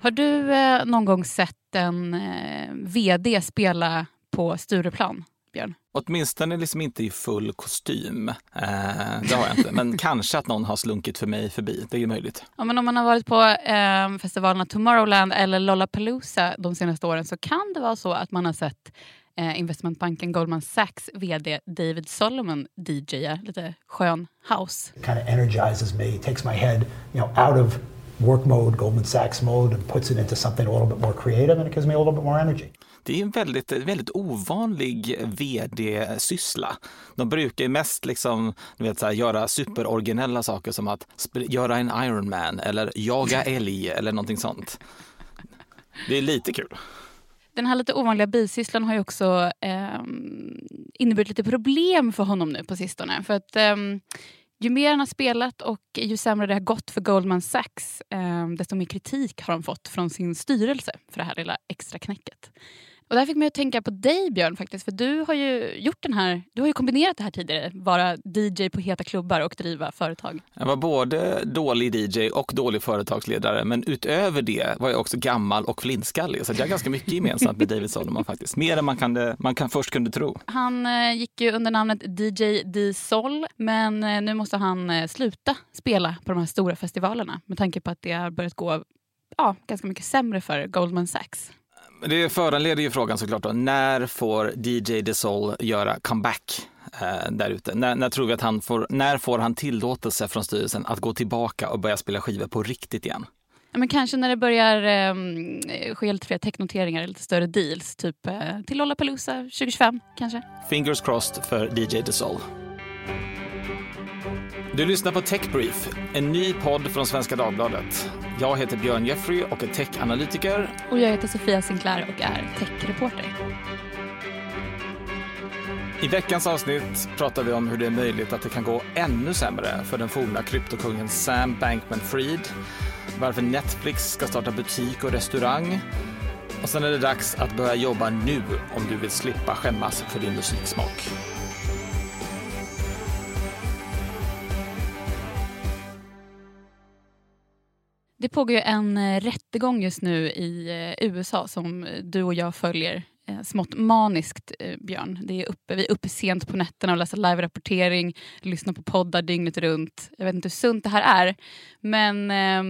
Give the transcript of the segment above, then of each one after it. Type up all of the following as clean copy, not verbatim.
Har du någon gång sett en vd spela på Stureplan, Björn? Åtminstone liksom inte i full kostym. Det har jag inte. Men kanske att någon har slunkit för mig förbi. Det är möjligt. Ja, men om man har varit på festivalerna Tomorrowland eller Lollapalooza de senaste åren så kan det vara så att man har sett investmentbanken Goldman Sachs vd David Solomon DJa lite skön house. It kind of energizes me, takes my head, out of work mode, Goldman Sachs mode, and puts it into something a little bit more creative, and it gives me a little bit more energy. Det är en väldigt ovanlig vd-syssla. De brukar ju mest liksom, göra superoriginella saker som att göra en Ironman eller jaga älg eller någonting sånt. Det är lite kul. Den här lite ovanliga bisysslan har ju också inneburit lite problem för honom nu på sistone. För att ju mer han har spelat och ju sämre det har gått för Goldman Sachs, desto mer kritik har han fått från sin styrelse för det här lilla extra knäcket. Och där fick mig att tänka på dig, Björn, faktiskt. För du har ju du har ju kombinerat det här tidigare. Vara DJ på heta klubbar och driva företag. Jag var både dålig DJ och dålig företagsledare. Men utöver det var jag också gammal och flintskallig. Så jag har ganska mycket gemensamt med David Solomon faktiskt. Mer än man först kunde tro. Han gick ju under namnet DJ D-Sol. Men nu måste han sluta spela på de här stora festivalerna. Med tanke på att det har börjat gå ganska mycket sämre för Goldman Sachs. Det föranleder ju frågan såklart då, när får DJ D-Sol göra comeback där ute? När tror vi att när får han tillåtelse från styrelsen att gå tillbaka och börja spela skivor på riktigt igen? Ja, men kanske när det börjar ske lite fler technoteringar, lite större deals, typ till Lollapalooza 2025 kanske. Fingers crossed för DJ D-Sol. Du lyssnar på Tech Brief, en ny podd från Svenska Dagbladet. Jag heter Björn Jeffrey och är tech-analytiker. Och jag heter Sofia Sinclair och är tech-reporter. I veckans avsnitt pratar vi om hur det är möjligt att det kan gå ännu sämre för den forna kryptokungen Sam Bankman-Fried. Varför Netflix ska starta butik och restaurang. Och sen är det dags att börja jobba nu om du vill slippa skämmas för din musiksmak. Det pågår ju en rättegång just nu i USA som du och jag följer smått maniskt, Björn. Vi är uppe sent på nätterna och läser live-rapportering, lyssnar på poddar dygnet runt. Jag vet inte hur sunt det här är, men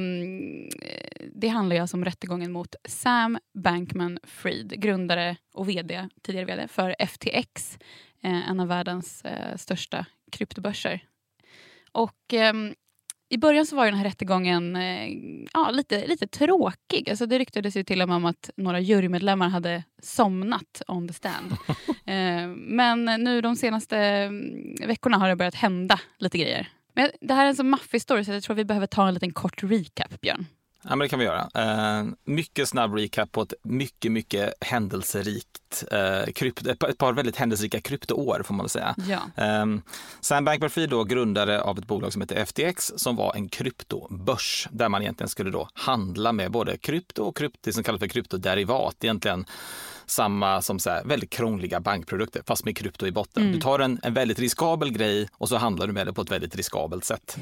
det handlar ju alltså om rättegången mot Sam Bankman-Fried, grundare och tidigare vd för FTX, en av världens största kryptobörser. Och i början så var den här rättegången lite tråkig. Alltså det ryktades ju till och med om att några jurymedlemmar hade somnat on the stand. Men nu de senaste veckorna har det börjat hända lite grejer. Men det här är en så maffig story så jag tror vi behöver ta en liten kort recap, Björn. Ja, men det kan vi göra. Mycket snabb recap på ett mycket händelserikt ett par väldigt händelserika kryptoår får man väl säga. Ja. Sam Bankman-Fried då grundare av ett bolag som heter FTX som var en kryptobörs där man egentligen skulle då handla med både krypto och det som kallas för kryptoderivat. Egentligen samma som så här väldigt krångliga bankprodukter fast med krypto i botten. Du tar en väldigt riskabel grej och så handlar du med det på ett väldigt riskabelt sätt.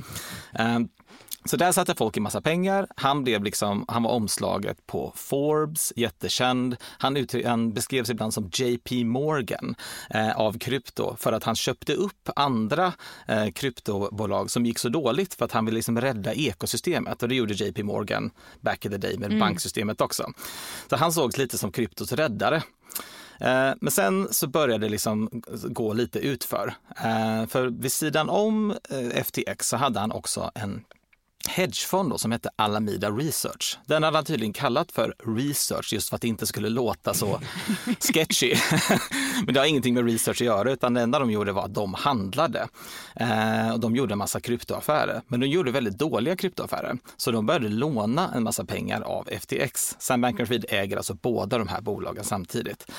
Så där satte folk i massa pengar. Han var omslaget på Forbes, jättekänd. Han beskrevs ibland som JP Morgan av krypto för att han köpte upp andra kryptobolag som gick så dåligt för att han ville liksom rädda ekosystemet. Och det gjorde JP Morgan back in the day med banksystemet också. Så han sågs lite som kryptos räddare. Men sen så började det liksom gå lite utför. För vid sidan om FTX så hade han också en hedgefond då, som hette Alameda Research. Den hade han tydligen kallat för research just för att det inte skulle låta så sketchy. Men det har ingenting med research att göra utan det enda de gjorde var att de handlade. Och de gjorde en massa kryptoaffärer. Men de gjorde väldigt dåliga kryptoaffärer. Så de började låna en massa pengar av FTX. Sam Bankman-Fried äger alltså båda de här bolagen samtidigt.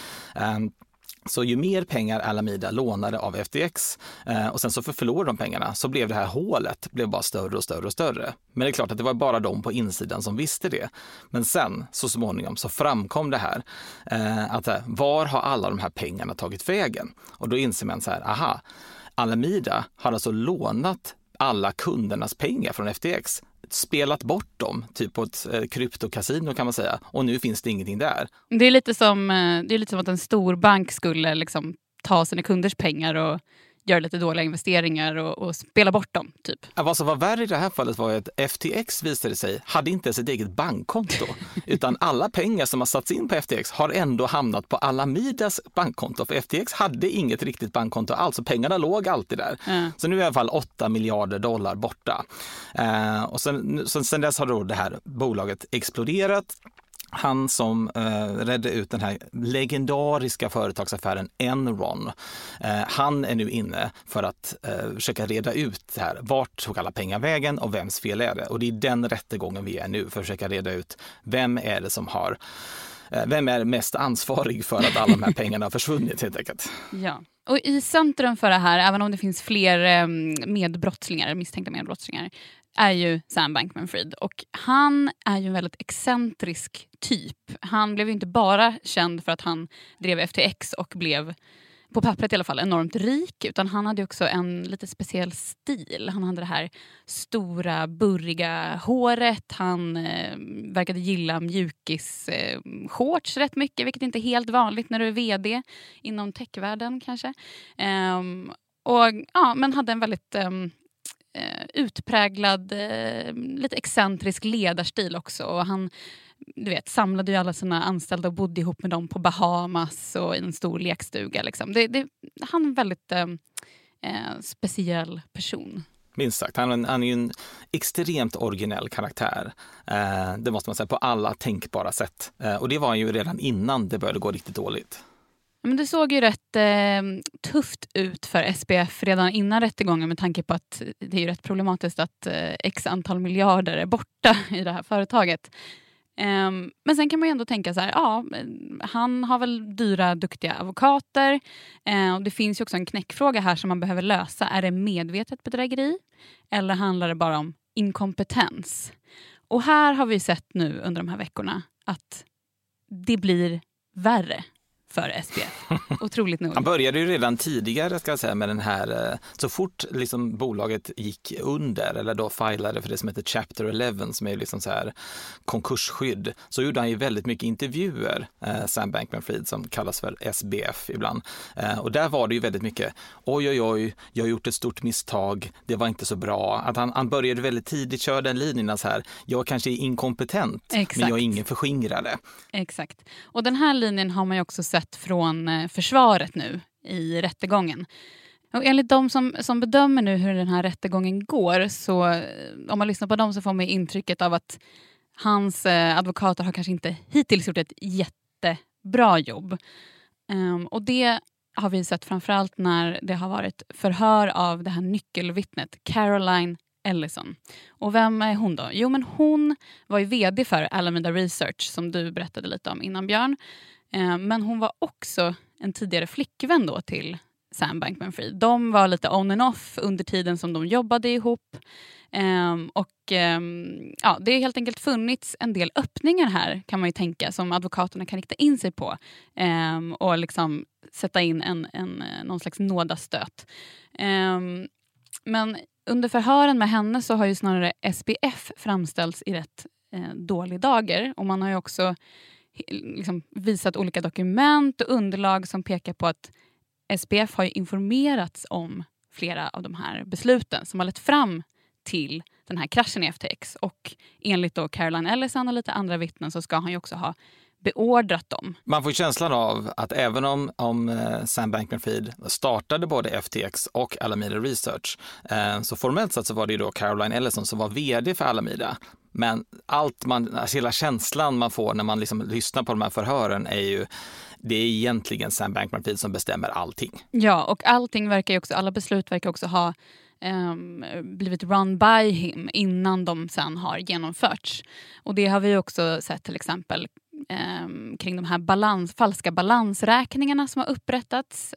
Så ju mer pengar Alameda lånade av FTX och sen så förlorade de pengarna så blev det här hålet bara större och större och större. Men det är klart att det var bara de på insidan som visste det. Men sen så småningom så framkom det här att var har alla de här pengarna tagit vägen? Och då inser man så här, Alameda har alltså lånat alla kundernas pengar från FTX spelat bort dem, typ på ett kryptokasino kan man säga. Och nu finns det ingenting där. Det är lite som att en stor bank skulle liksom ta sina kunders pengar och göra lite dåliga investeringar och spela bort dem, typ. Vad som var värre i det här fallet var att FTX visade sig hade inte ens ett eget bankkonto, utan alla pengar som har satts in på FTX har ändå hamnat på Alamidas bankkonto. För FTX hade inget riktigt bankkonto alls, så pengarna låg alltid där. Så nu är i alla fall $8 miljarder borta. Och sen dess har då det här bolaget exploderat. Han som redde ut den här legendariska företagsaffären Enron, han är nu inne för att försöka reda ut det här. Vart tog alla pengar vägen och vems fel är det? Och det är den rättegången vi är nu för att försöka reda ut vem är det som har, vem är mest ansvarig för att alla de här pengarna har försvunnit helt enkelt. Ja. Och i centrum för det här, även om det finns fler misstänkta medbrottslingar, är ju Sam Bankman-Fried. Och han är ju en väldigt excentrisk typ. Han blev ju inte bara känd för att han drev FTX och blev, på pappret i alla fall, enormt rik. Utan han hade också en lite speciell stil. Han hade det här stora, burriga håret. Han verkade gilla mjukis-shorts rätt mycket. Vilket inte är helt vanligt när du är vd inom techvärlden kanske. Men hade en väldigt utpräglad, lite excentrisk ledarstil också. Och han, du vet, samlade ju alla sina anställda och bodde ihop med dem på Bahamas och i en stor lekstuga. Liksom. Han är en väldigt speciell person. Minst sagt, han är ju en extremt originell karaktär. Det måste man säga på alla tänkbara sätt. Och det var ju redan innan det började gå riktigt dåligt. Men det såg ju rätt tufft ut för SBF redan innan rättegången med tanke på att det är ju rätt problematiskt att x antal miljarder är borta i det här företaget. Men sen kan man ju ändå tänka så här, han har väl dyra, duktiga advokater. Och det finns ju också en knäckfråga här som man behöver lösa. Är det medvetet bedrägeri eller handlar det bara om inkompetens? Och här har vi sett nu under de här veckorna att det blir värre för SPF. Otroligt nog. Han började ju redan tidigare ska jag säga, med den här, så fort liksom bolaget gick under eller då filade för det som heter Chapter 11 som är liksom så här konkursskydd, så gjorde han ju väldigt mycket intervjuer, Sam Bankman-Fried som kallas för SBF ibland. Och där var det ju väldigt mycket oj, jag har gjort ett stort misstag, det var inte så bra. Att han började väldigt tidigt köra den linjen så här, jag kanske är inkompetent. Exakt. Men jag är ingen förskingrare. Exakt. Och den här linjen har man ju också sett från försvaret nu i rättegången. Och enligt de som bedömer nu hur den här rättegången går, så om man lyssnar på dem så får man intrycket av att hans advokater har kanske inte hittills gjort ett jättebra jobb. Och det har vi sett framförallt när det har varit förhör av det här nyckelvittnet Caroline Ellison. Och vem är hon då? Jo, men hon var ju vd för Alameda Research som du berättade lite om innan, Björn. Men hon var också en tidigare flickvän då till Sam Bankman-Fried. De var lite on and off under tiden som de jobbade ihop. Det har helt enkelt funnits en del öppningar här kan man ju tänka som advokaterna kan rikta in sig på. Och liksom sätta in någon slags nådastöt. Men under förhören med henne så har ju snarare SBF framställts i rätt dålig dager. Och man har ju också liksom visat olika dokument och underlag som pekar på att SBF har ju informerats om flera av de här besluten som har lett fram till den här kraschen i FTX. Och enligt då Caroline Ellison och lite andra vittnen så ska han ju också ha beordrat dem. Man får känslan av att även om Sam Bankman-Fried startade både FTX och Alameda Research, så formellt sett så var det ju då Caroline Ellison som var vd för Alameda. Men hela känslan man får när man liksom lyssnar på de här förhören är ju, det är egentligen Sam Bankman-Fried som bestämmer allting. Ja, och allting verkar ju också, alla beslut verkar också ha blivit run by him innan de sen har genomförts. Och det har vi också sett till exempel kring de här falska balansräkningarna som har upprättats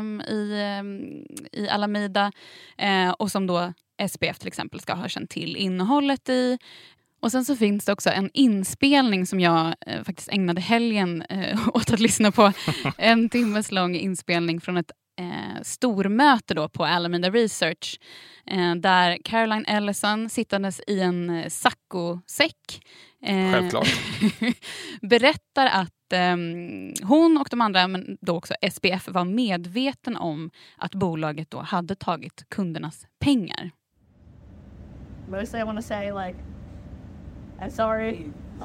i Alameda och som då SPF till exempel ska ha känt till innehållet i. Och sen så finns det också en inspelning som jag faktiskt ägnade helgen åt att lyssna på. En timmes lång inspelning från ett stormöte då på Alameda Research där Caroline Ellison sittandes i en saccosäck Självklart. berättar att hon och de andra, men då också SPF, var medveten om att bolaget då hade tagit kundernas pengar. Mostly I want to say, like, I'm sorry.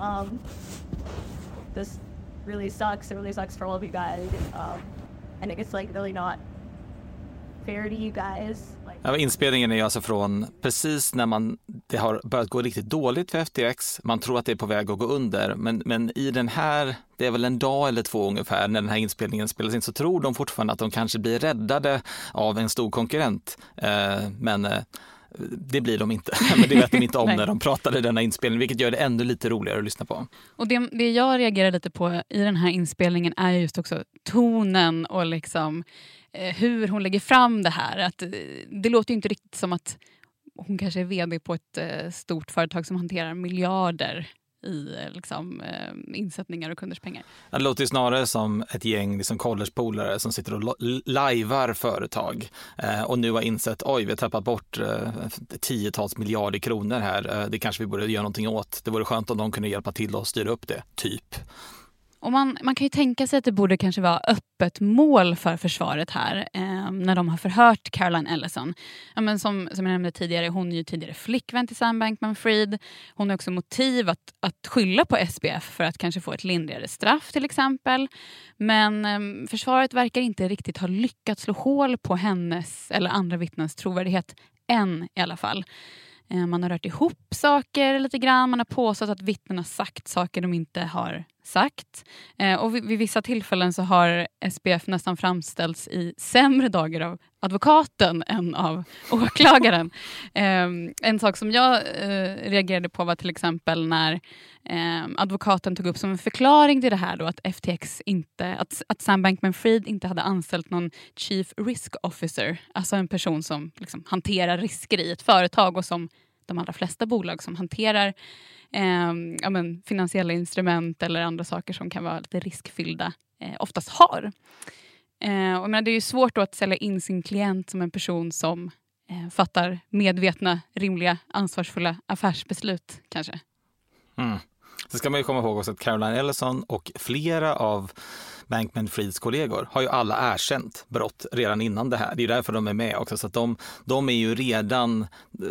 This really sucks. It really sucks for all of you guys. I think it's like really not fair to you guys. Ja, inspelningen är alltså från precis när det har börjat gå riktigt dåligt för FTX. Man tror att det är på väg att gå under. Men i den här, det är väl en dag eller 2 ungefär när den här inspelningen spelas in, så tror de fortfarande att de kanske blir räddade av en stor konkurrent. Men det blir de inte. Men det vet de inte om när de pratade i denna inspelning, vilket gör det ännu lite roligare att lyssna på. Och det jag reagerar lite på i den här inspelningen är just också tonen och liksom hur hon lägger fram det här. Att det låter ju inte riktigt som att hon kanske är vd på ett stort företag som hanterar miljarder i liksom, insättningar och kunders pengar. Det låter ju snarare som ett gäng liksom collegepolare som sitter och lajvar företag och nu har insett, oj, vi har tappat bort 10-tals miljarder kronor här. Det kanske vi borde göra någonting åt. Det vore skönt om de kunde hjälpa till och styra upp det, typ. Och man kan ju tänka sig att det borde kanske vara öppet mål för försvaret här när de har förhört Caroline Ellison. Ja, men som jag nämnde tidigare, hon är ju tidigare flickvän till Sam Bankman-Fried. Hon har också motiv att skylla på SPF för att kanske få ett lindrigare straff till exempel. Men försvaret verkar inte riktigt ha lyckats slå hål på hennes eller andra vittnens trovärdighet än i alla fall. Man har rört ihop saker lite grann. Man har påstått att vittnena sagt saker de inte har sagt. Och vid vissa tillfällen så har SPF nästan framställts i sämre dagar av advokaten än av åklagaren. En sak som jag reagerade på var till exempel när advokaten tog upp som en förklaring till det här då att FTX inte, att Sam Bankman-Fried inte hade anställt någon Chief Risk Officer, alltså en person som liksom hanterar risker i ett företag och som de allra flesta bolag som hanterar finansiella instrument eller andra saker som kan vara lite riskfyllda oftast har. Och det är ju svårt då att sälja in sin klient som en person som fattar medvetna, rimliga, ansvarsfulla affärsbeslut kanske. Så ska man ju komma ihåg också att Caroline Ellison och flera av Bankman-Frieds kollegor har ju alla erkänt brott redan innan det här. Det är därför de är med också. Så att de är ju redan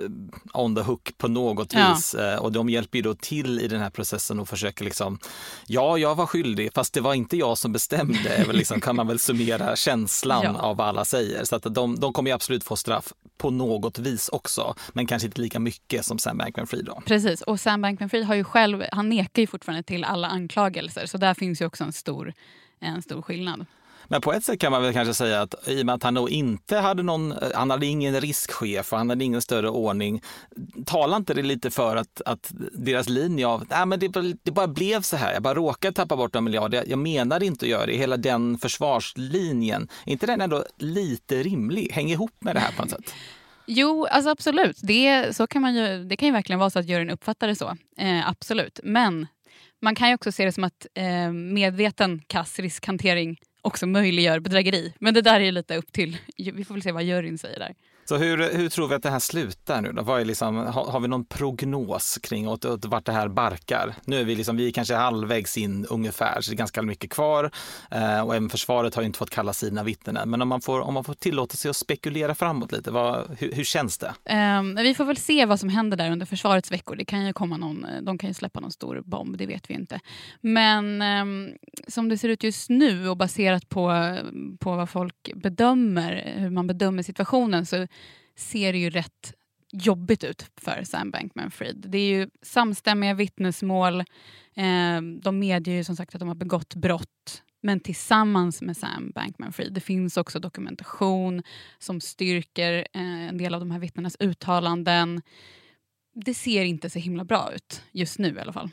on the hook på något vis. Och de hjälper ju då till i den här processen och försöker liksom, ja, jag var skyldig, fast det var inte jag som bestämde. Liksom, kan man väl summera känslan av vad alla säger. Så att de kommer ju absolut få straff på något vis också. Men kanske inte lika mycket som Sam Bankman-Fried då. Precis, och Sam Bankman-Fried har ju själv, han nekar ju fortfarande till alla anklagelser. Så där finns ju också en stor skillnad. Men på ett sätt kan man väl kanske säga att i och med att han nog inte hade han hade ingen riskchef och han hade ingen större ordning, talar inte det lite för att deras linje av det bara blev så här, jag bara råkade tappa bort en miljard, jag menade inte att göra det, hela den försvarslinjen, är inte den ändå lite rimlig, hänger ihop med det här på något sätt? Jo, alltså absolut, det kan ju verkligen vara så att juryn uppfattar det så, absolut, men man kan ju också se det som att medveten riskhantering också möjliggör bedrägeri. Men det där är lite upp till, vi får väl se vad juryn säger där. Så hur tror vi att det här slutar nu då? Vad är liksom, har vi någon prognos kring åt vart det här barkar? Nu är vi är kanske halvvägs in ungefär, så det är ganska mycket kvar. Och även försvaret har ju inte fått kalla sina vittnen än. Men om man får tillåta sig att spekulera framåt lite, hur känns det? Vi får väl se vad som händer där under försvarets veckor. Det kan ju komma de kan ju släppa någon stor bomb, det vet vi inte. Men som det ser ut just nu och baserat på vad folk bedömer, hur man bedömer situationen, så ser det ju rätt jobbigt ut för Sam Bankman-Fried. Det är ju samstämmiga vittnesmål. De medger ju som sagt att de har begått brott, men tillsammans med Sam Bankman-Fried. Det finns också dokumentation som styrker en del av de här vittnenas uttalanden. Det ser inte så himla bra ut just nu i alla fall.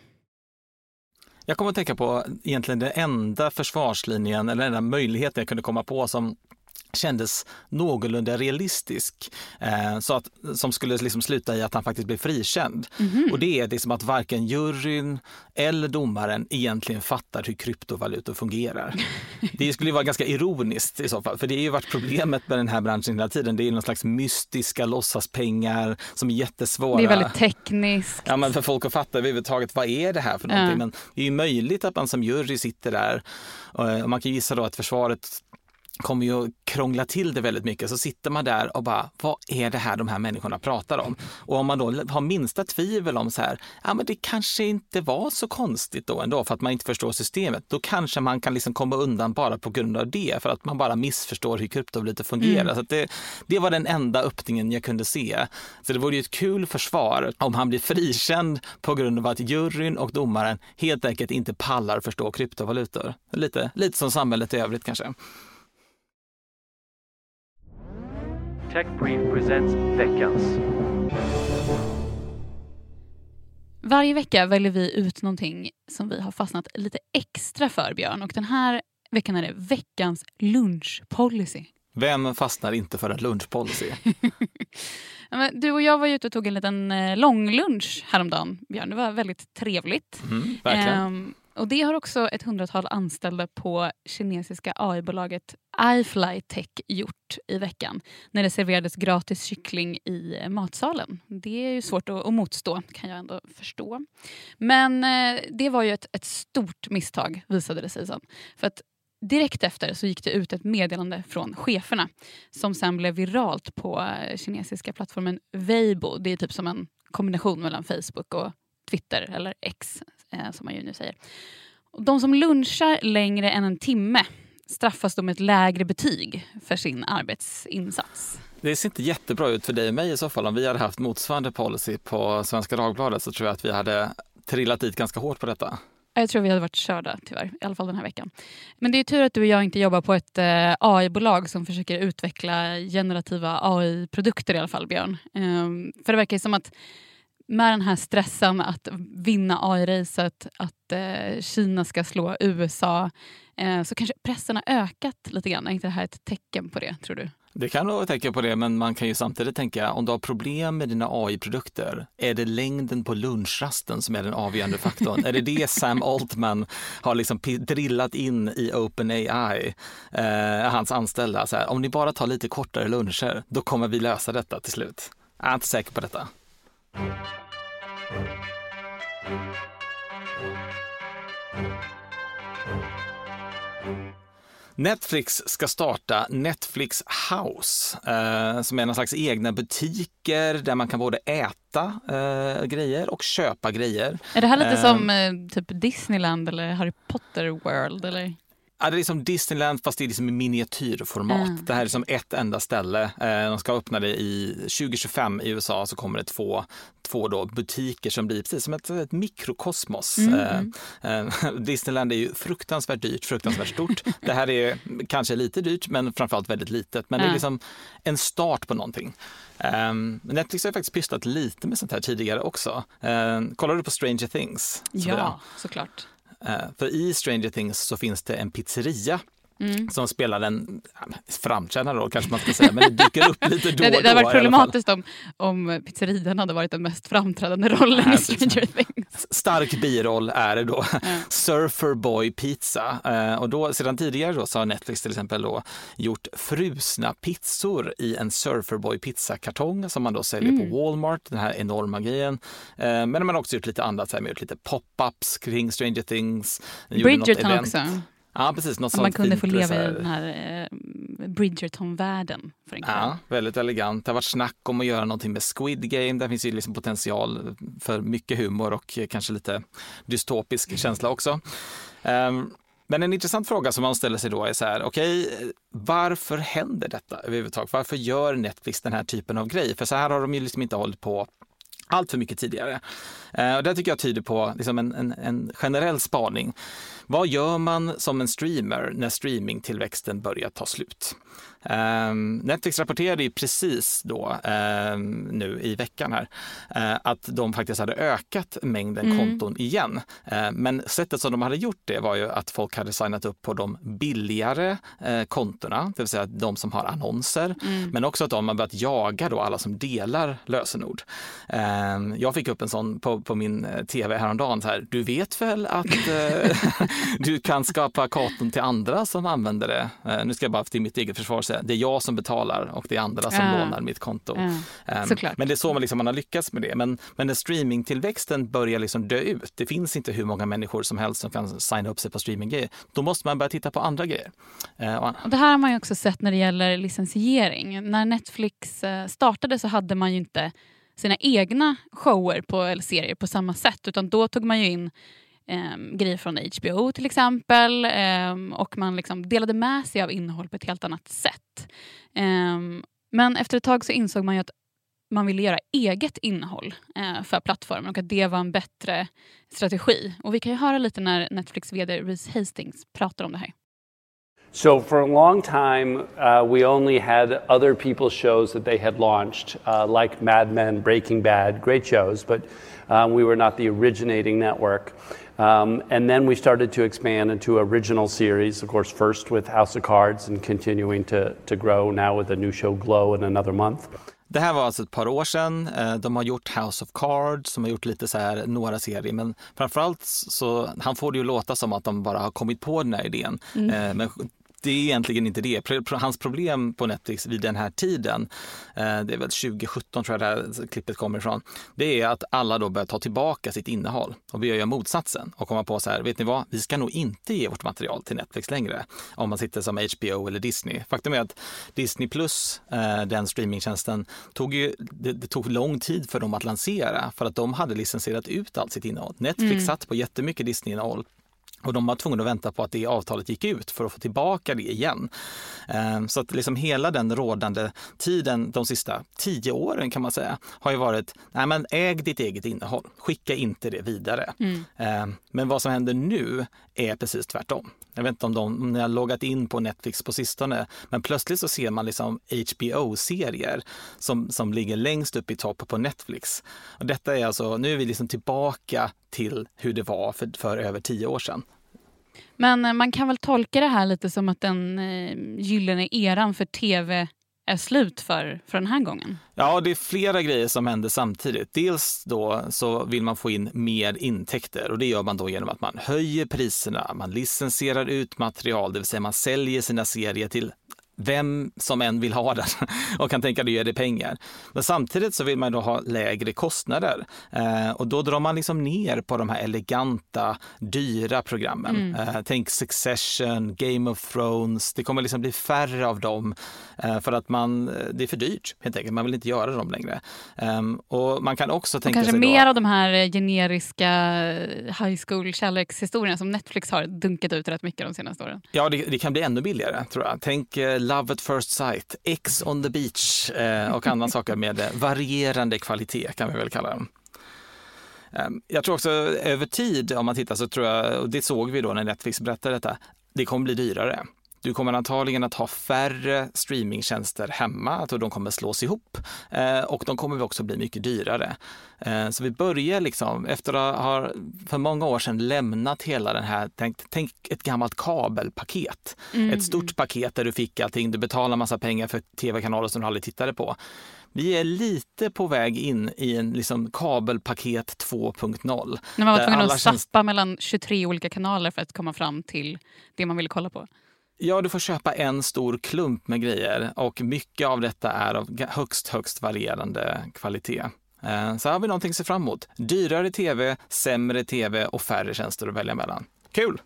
Jag kommer att tänka på egentligen den enda försvarslinjen eller den enda möjligheten jag kunde komma på som kändes någorlunda realistisk, som skulle liksom sluta i att han faktiskt blev frikänd. Och det är liksom att varken juryn eller domaren egentligen fattar hur kryptovalutor fungerar. Det skulle ju vara ganska ironiskt i så fall, för det har ju varit problemet med den här branschen hela tiden. Det är någon slags mystiska låtsaspengar som är jättesvåra. Det är väldigt tekniskt. Ja, men för folk att fatta överhuvudtaget, vad är det här för någonting? Men det är ju möjligt att man som jury sitter där, och man kan gissa då att försvaret kommer ju att krångla till det väldigt mycket. Så sitter man där och bara, vad är det här de här människorna pratar om? Och om man då har minsta tvivel om så här, ja men det kanske inte var så konstigt då ändå för att man inte förstår systemet. Då kanske man kan liksom komma undan bara på grund av det, för att man bara missförstår hur kryptovalutor fungerar. Så att det var den enda öppningen jag kunde se. Så det vore ju ett kul försvar om han blir frikänd på grund av att juryn och domaren helt enkelt inte pallar förstå kryptovalutor. Lite som samhället i övrigt kanske. TechBrief presents veckans. Varje vecka väljer vi ut någonting som vi har fastnat lite extra för, Björn. Och den här veckan är det veckans lunchpolicy. Vem fastnar inte för en lunchpolicy? Du och jag var ute och tog en liten långlunch häromdagen, Björn. Det var väldigt trevligt. Verkligen. Och det har också ett 100-tal anställda på kinesiska AI-bolaget iFlyTech gjort i veckan. När det serverades gratis kyckling i matsalen. Det är ju svårt att motstå, kan jag ändå förstå. Men det var ju ett stort misstag, visade det sig som. För att direkt efter så gick det ut ett meddelande från cheferna som sen blev viralt på kinesiska plattformen Weibo. Det är typ som en kombination mellan Facebook och Twitter, eller X som man ju nu säger. Och de som lunchar längre än en timme straffas då med ett lägre betyg för sin arbetsinsats. Det ser inte jättebra ut för dig och mig i så fall. Om vi hade haft motsvarande policy på Svenska Dagbladet så tror jag att vi hade trillat dit ganska hårt på detta. Jag tror vi hade varit körda tyvärr, i alla fall den här veckan. Men det är tur att du och jag inte jobbar på ett AI-bolag som försöker utveckla generativa AI-produkter i alla fall, Björn. För det verkar ju som att med den här stressen att vinna AI-racet, att Kina ska slå USA, så kanske pressen har ökat lite grann. Är inte det här ett tecken på det, tror du? Det kan nog tänka på det, men man kan ju samtidigt tänka, om du har problem med dina AI-produkter, är det längden på lunchrasten som är den avgörande faktorn? Är det Sam Altman har liksom drillat in i OpenAI, hans anställda? Så här, om ni bara tar lite kortare luncher, då kommer vi lösa detta till slut. Jag är inte säker på detta. Netflix ska starta Netflix House, som är någon slags egna butiker där man kan både äta grejer och köpa grejer. Är det här lite som typ Disneyland eller Harry Potter World, eller? Ja, det är som Disneyland fast det är liksom i miniatyrformat. Det här är som ett enda ställe. De ska öppna det i 2025 i USA, så kommer det två då butiker som blir precis som ett mikrokosmos. Disneyland är ju fruktansvärt dyrt, fruktansvärt stort. Det här är kanske lite dyrt men framförallt väldigt litet. Men det är liksom en start på någonting. Netflix har faktiskt pysslat lite med sånt här tidigare också. Kollar du på Stranger Things? Ja, såklart. För i Stranger Things så finns det en pizzeria som spelar en framträdande roll, kanske man ska säga, men det dyker upp lite då och då. Det hade varit problematiskt om pizzerian hade varit den mest framträdande rollen i Stranger Things. Stark biroll är det då. Surfer Boy Pizza. Och då, sedan tidigare då, så har Netflix till exempel då gjort frusna pizzor i en Surfer Boy pizzakartong som man då säljer på Walmart, den här enorma grejen. Men man har också gjort lite annat, så här, med gjort lite pop-ups kring Stranger Things. Bridgerton också. Ja, precis. Något man kunde få leva i den här Bridgerton-världen. Ja, väldigt elegant. Det har varit snack om att göra någonting med Squid Game. Där finns ju liksom potential för mycket humor och kanske lite dystopisk känsla också. Men en intressant fråga som man ställer sig då är så här, okej, varför händer detta överhuvudtaget? Varför gör Netflix den här typen av grej? För så här har de ju liksom inte hållit på allt för mycket tidigare. Och det tycker jag tyder på liksom en generell spaning. Vad gör man som en streamer när streamingtillväxten börjar ta slut? Netflix rapporterade ju precis då nu i veckan här att de faktiskt hade ökat mängden konton igen. Men sättet som de hade gjort det var ju att folk hade signat upp på de billigare kontona, det vill säga de som har annonser, men också att de har börjat jaga då alla som delar lösenord. Jag fick upp en sån på min tv häromdagen så här, du vet väl att du kan skapa konton till andra som använder det. Nu ska jag bara till mitt eget försvar säga, det är jag som betalar och det är andra som lånar mitt konto. Men det är så man har lyckats med det. Men när streamingtillväxten börjar liksom dö ut, det finns inte hur många människor som helst som kan signa upp sig på streaminggrejer, då måste man börja titta på andra grejer. Och det här har man ju också sett när det gäller licensiering. När Netflix startade så hade man ju inte sina egna shower eller serier på samma sätt, utan då tog man ju in grejer från HBO till exempel, och man liksom delade med sig av innehåll på ett helt annat sätt. Men efter ett tag så insåg man ju att man ville göra eget innehåll för plattformen och att det var en bättre strategi. Och vi kan ju höra lite när Netflix vd Reese Hastings pratar om det här. So for a long time, we only had other people's shows that they had launched, like Mad Men, Breaking Bad, great shows, but we were not the originating network. And then we started to expand into original series, of course, first with House of Cards and continuing to grow now with a new show, Glow, in another month. Det här var alltså ett par år sedan. De har gjort House of Cards, som har gjort lite så här några serier, men framförallt så han får det ju låta som att de bara har kommit på den här idén. Men det är egentligen inte det. Hans problem på Netflix vid den här tiden, det är väl 2017 tror jag det här klippet kommer ifrån, det är att alla då börjar ta tillbaka sitt innehåll och vi gör motsatsen och komma på så här, vet ni vad, vi ska nog inte ge vårt material till Netflix längre om man sitter som HBO eller Disney. Faktum är att Disney Plus, den streamingtjänsten, det tog lång tid för dem att lansera för att de hade licensierat ut allt sitt innehåll. Netflix satt på jättemycket Disney-innehåll. Och de var tvungna att vänta på att det avtalet gick ut för att få tillbaka det igen. Så att liksom hela den rådande tiden, de sista 10 åren kan man säga, har ju varit, nej men äg ditt eget innehåll, skicka inte det vidare. Men vad som händer nu är precis tvärtom. Jag vet inte om ni har loggat in på Netflix på sistone, men plötsligt så ser man liksom HBO-serier som ligger längst upp i topp på Netflix. Och detta är alltså, nu är vi liksom tillbaka till hur det var för över 10 år sedan. Men man kan väl tolka det här lite som att den gyllene eran för tv är slut för den här gången? Ja, det är flera grejer som händer samtidigt. Dels då så vill man få in mer intäkter och det gör man då genom att man höjer priserna, man licensierar ut material, det vill säga man säljer sina serier till vem som än vill ha den och kan tänka att det ger det pengar. Men samtidigt så vill man då ha lägre kostnader och då drar man liksom ner på de här eleganta, dyra programmen. Tänk Succession, Game of Thrones, det kommer liksom bli färre av dem för att det är för dyrt helt enkelt, man vill inte göra dem längre. Och man kan också tänka kanske sig mer då, av de här generiska high school kärlekshistorierna som Netflix har dunkat ut rätt mycket de senaste åren. Ja, det kan bli ännu billigare tror jag. Tänk Love at First Sight, X on the Beach och andra saker med varierande kvalitet kan vi väl kalla dem. Jag tror också över tid, om man tittar så tror jag, och det såg vi då när Netflix berättade detta, det kommer bli dyrare. Du kommer antagligen att ha färre streamingtjänster hemma, att de kommer slås ihop och de kommer också bli mycket dyrare. Så vi börjar liksom, efter att ha för många år sedan lämnat hela den här, tänk ett gammalt kabelpaket. Ett stort paket där du fick allting, du betalar massa pengar för tv-kanaler som du aldrig tittade på. Vi är lite på väg in i en liksom kabelpaket 2.0. När man var tvungen att sappa mellan 23 olika kanaler för att komma fram till det man ville kolla på. Ja, du får köpa en stor klump med grejer och mycket av detta är av högst varierande kvalitet. Så har vi någonting att se fram emot. Dyrare tv, sämre tv och färre tjänster att välja mellan. Kul!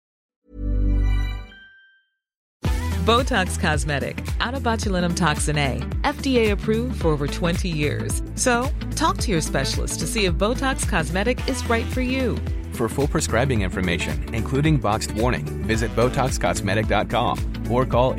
Botox Cosmetic, out of botulinum toxin A, FDA approved for over 20 years. So, talk to your specialist to see if Botox Cosmetic is right for you. For full prescribing information, including boxed warning, visit BotoxCosmetic.com or call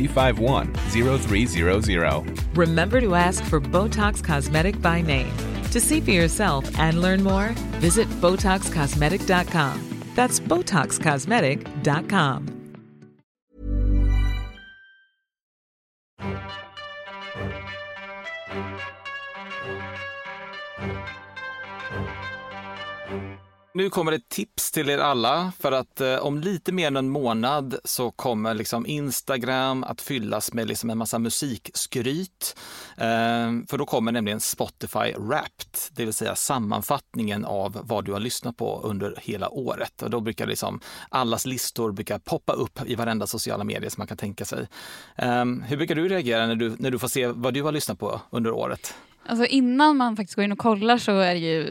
877-351-0300. Remember to ask for Botox Cosmetic by name. To see for yourself and learn more, visit BotoxCosmetic.com. That's BotoxCosmetic.com. Nu kommer det tips till er alla för att om lite mer än en månad så kommer liksom Instagram att fyllas med liksom en massa musikskryt. För då kommer nämligen Spotify Wrapped, det vill säga sammanfattningen av vad du har lyssnat på under hela året. Och då brukar liksom allas listor brukar poppa upp i varenda sociala medier som man kan tänka sig. Hur brukar du reagera när du får se vad du har lyssnat på under året? Alltså innan man faktiskt går in och kollar så är det ju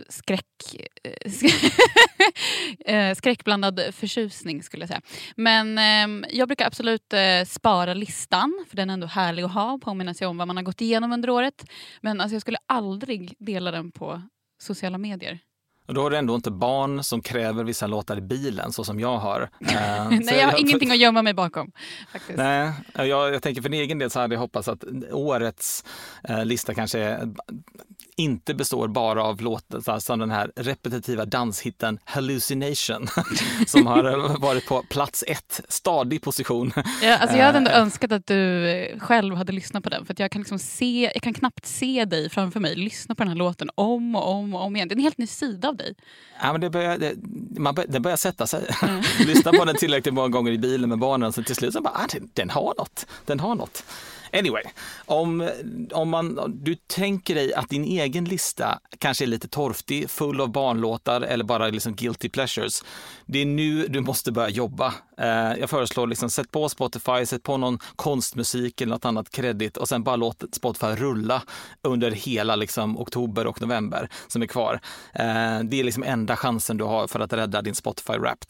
skräckblandad förtjusning skulle jag säga. Men jag brukar absolut spara listan, för den är ändå härlig att ha, påminna sig om vad man har gått igenom under året. Men alltså jag skulle aldrig dela den på sociala medier. Och då har du ändå inte barn som kräver vissa låtar i bilen så som jag har. Nej, jag har ingenting att gömma mig bakom. Faktiskt. Nej, jag tänker för din egen del så hade jag hoppats att årets lista kanske inte består bara av låtar som den här repetitiva danshitten Hallucination som har varit på plats 1, stadig position. Ja, alltså jag hade ändå önskat att du själv hade lyssnat på den, för att jag kan liksom jag kan knappt se dig framför mig lyssna på den här låten om och om igen. Det är en helt ny sida av dig. Ja, men det börjar sätta sig. Lyssna på den tillräckligt många gånger i bilen med barnen, så till slut så bara, den har något. Anyway, om du tänker dig att din egen lista kanske är lite torftig, full av barnlåtar eller bara liksom guilty pleasures. Det är nu du måste börja jobba. Jag föreslår liksom, sätt på Spotify, sätt på någon konstmusik eller något annat kredit och sen bara låt Spotify rulla under hela liksom oktober och november som är kvar. Det är liksom enda chansen du har för att rädda din Spotify Wrapped.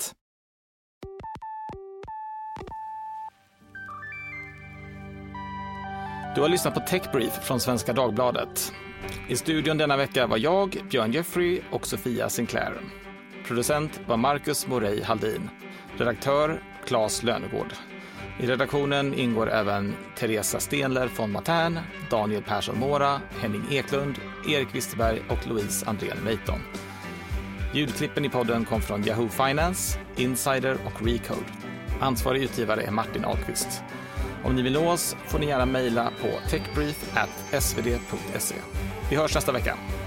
Du har lyssnat på Tech Brief från Svenska Dagbladet. I studion denna vecka var jag, Björn Jeffrey och Sofia Sinclair. Producent var Marcus Morey Haldin. Redaktör Claes Lönegård. I redaktionen ingår även Teresa Stenler von Matern, Daniel Persson Mora, Henning Eklund, Erik Wisterberg och Louise Andrén Meiton. Ljudklippen i podden kom från Yahoo Finance, Insider och Recode. Ansvarig utgivare är Martin Ahlqvist. Om ni vill nå oss får ni gärna mejla på techbrief@svd.se. Vi hörs nästa vecka.